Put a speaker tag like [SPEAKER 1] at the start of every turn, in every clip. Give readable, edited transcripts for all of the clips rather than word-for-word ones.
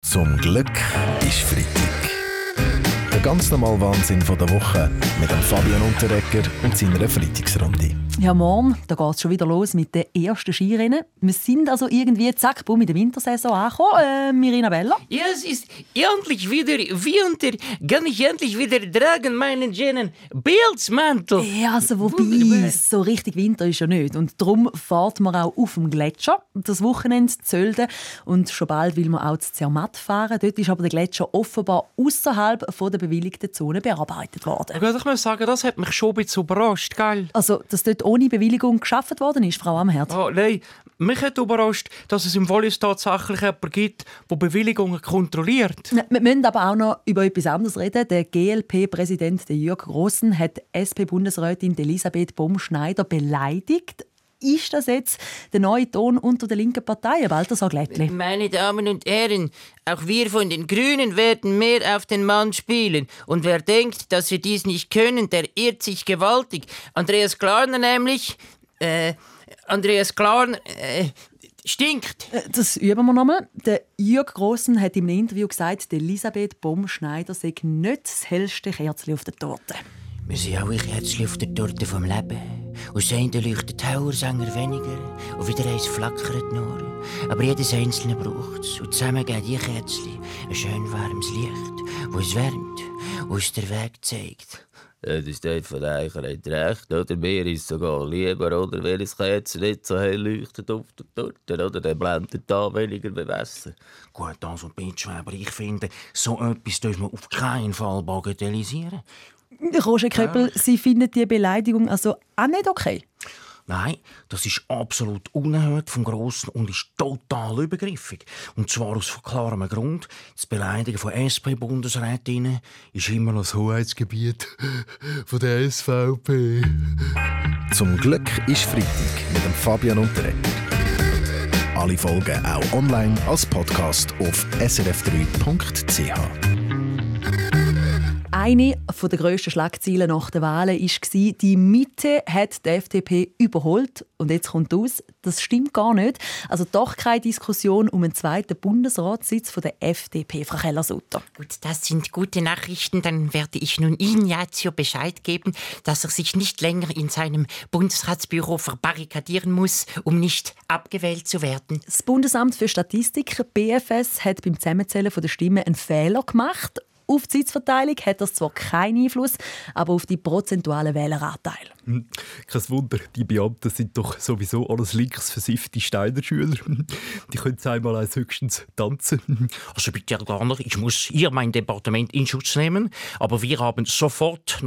[SPEAKER 1] Zum Glück ist Freitag. Der ganz normale Wahnsinn von der Woche mit dem Fabian Unterreger und seiner Freitagsrunde.
[SPEAKER 2] Ja, morgen, da geht es schon wieder los mit den ersten Skirennen. Wir sind also irgendwie zack, bumm, in der Wintersaison angekommen. Mirina Bella?
[SPEAKER 3] Ja, es ist endlich wieder Winter. Kann ich endlich wieder tragen meinen schönen Pelzmantel.
[SPEAKER 2] Ja, also wobei, so richtig Winter ist ja nicht. Und darum fährt man auch auf dem Gletscher. Das Wochenende zu Zölden. Und schon bald will man auch zu Zermatt fahren. Dort ist aber der Gletscher offenbar außerhalb der bewilligten Zone bearbeitet worden.
[SPEAKER 3] Ich muss sagen, das hat mich schon ein bisschen überrascht, gell?
[SPEAKER 2] Also, dass dort ohne Bewilligung geschaffen worden ist, Frau Amherd?
[SPEAKER 3] Oh, nein, mich hat überrascht, dass es im Wallis tatsächlich jemanden gibt, der Bewilligungen kontrolliert.
[SPEAKER 2] Wir müssen aber auch noch über etwas anderes reden. Der GLP-Präsident Jürg Grossen hat SP-Bundesrätin Elisabeth Baumschneider beleidigt. Ist das jetzt der neue Ton unter den linken Parteien, Balthasar Glättli?
[SPEAKER 3] Meine Damen und Herren, auch wir von den Grünen werden mehr auf den Mann spielen. Und wer denkt, dass wir dies nicht können, der irrt sich gewaltig. Andreas Klarner stinkt.
[SPEAKER 2] Das üben wir nochmal. Der Jürg Grossen hat im Interview gesagt, Elisabeth Baumschneider sei nicht das hellste Kerzchen auf der Torte.
[SPEAKER 3] Wir sind alle Kerzchen auf der Torte vom Leben. Und das eine leuchtet heller, das andere weniger. Und wieder eins flackert nur. Aber jedes Einzelne braucht es. Und zusammen geben die Kerzchen ein schön warmes Licht, das uns wärmt und uns den Weg zeigt. Das steht von euch nicht recht, oder? Mir ist sogar lieber, oder? Wenn das Kerzchen nicht so hell leuchtet auf der Torte, oder? Dann blendet da weniger bewässern. Gut, also Bitschweber, ich finde, so etwas dürfen wir auf keinen Fall bagatellisieren.
[SPEAKER 2] Roger Köppel, Sie finden die Beleidigung also auch nicht okay?
[SPEAKER 3] Nein, das ist absolut unerhört vom Grossen und ist total übergriffig. Und zwar aus klarem Grund. Das Beleidigen von SP-Bundesrätinnen ist immer noch das Hoheitsgebiet von der SVP.
[SPEAKER 1] Zum Glück ist Freitag mit dem Fabian Unterreger. Alle Folgen auch online als Podcast auf srf3.ch.
[SPEAKER 2] Eine der grössten Schlagzeilen nach den Wahlen war, die Mitte hat die FDP überholt. Und jetzt kommt aus, das stimmt gar nicht. Also doch keine Diskussion um einen zweiten Bundesratssitz von der FDP, Frau Keller-Sutter.
[SPEAKER 4] Gut, das sind gute Nachrichten. Dann werde ich nun Ignazio Bescheid geben, dass er sich nicht länger in seinem Bundesratsbüro verbarrikadieren muss, um nicht abgewählt zu werden.
[SPEAKER 2] Das Bundesamt für Statistik, BFS, hat beim Zusammenzählen der Stimmen einen Fehler gemacht. Auf die Sitzverteilung hat das zwar keinen Einfluss, aber auf die prozentualen Wähleranteile.
[SPEAKER 5] Kein Wunder, die Beamten sind doch sowieso alles links versiffte Steiner-Schüler. Die können einmal als höchstens tanzen.
[SPEAKER 3] Also bitte, Herr Garner, ich muss hier mein Departement in Schutz nehmen, aber wir haben sofort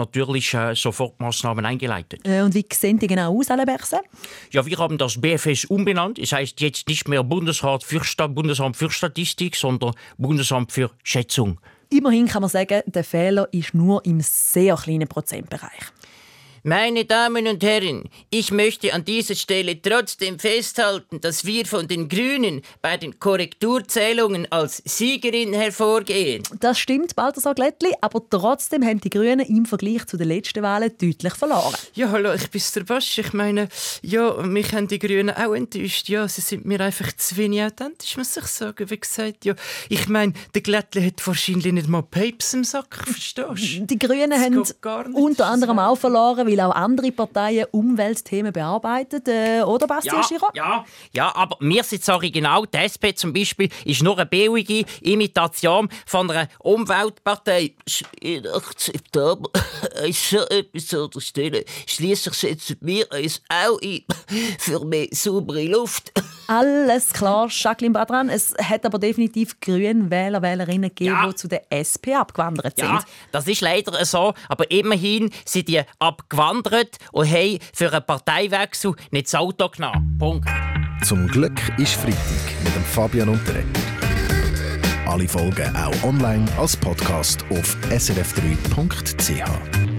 [SPEAKER 3] Maßnahmen eingeleitet.
[SPEAKER 2] Und wie sehen die genau aus, alle Berse?
[SPEAKER 3] Ja, wir haben das BFS umbenannt. Es heißt jetzt nicht mehr Bundesamt für Statistik, sondern Bundesamt für Schätzung.
[SPEAKER 2] Immerhin kann man sagen, der Fehler ist nur im sehr kleinen Prozentbereich.
[SPEAKER 4] Meine Damen und Herren, ich möchte an dieser Stelle trotzdem festhalten, dass wir von den Grünen bei den Korrekturzählungen als Siegerin hervorgehen.
[SPEAKER 2] Das stimmt, Balthasar Glättli, aber trotzdem haben die Grünen im Vergleich zu den letzten Wahlen deutlich verloren.
[SPEAKER 3] Ja, hallo, ich bin der Basch. Ich meine, ja, mich haben die Grünen auch enttäuscht. Ja, sie sind mir einfach zu wenig authentisch, muss ich sagen. Wie gesagt, ja, ich meine, der Glättli hat wahrscheinlich nicht mal Papes im Sack, verstehst du?
[SPEAKER 2] Die Grünen haben unter anderem auch verloren, weil auch andere Parteien Umweltthemen bearbeitet, oder Bastian Schirra?
[SPEAKER 3] Ja, aber wir sind sorry, genau. Die SP zum Beispiel ist nur eine billige Imitation von einer Umweltpartei. Inakzeptabel. So etwas zu unterstellen. Schliesslich setzt mir uns auch ein für mehr saubere Luft.
[SPEAKER 2] Alles klar, Jacqueline Badran. Es hat aber definitiv grüne Wählerinnen gegeben, die zu der SP abgewandert sind.
[SPEAKER 3] Ja, das ist leider so. Aber immerhin sind die abgewandert und haben für einen Parteiwechsel nicht das Auto genommen. Punkt.
[SPEAKER 1] Zum Glück ist Freitag mit dem Fabian Unterreger. Alle Folgen auch online als Podcast auf srf3.ch.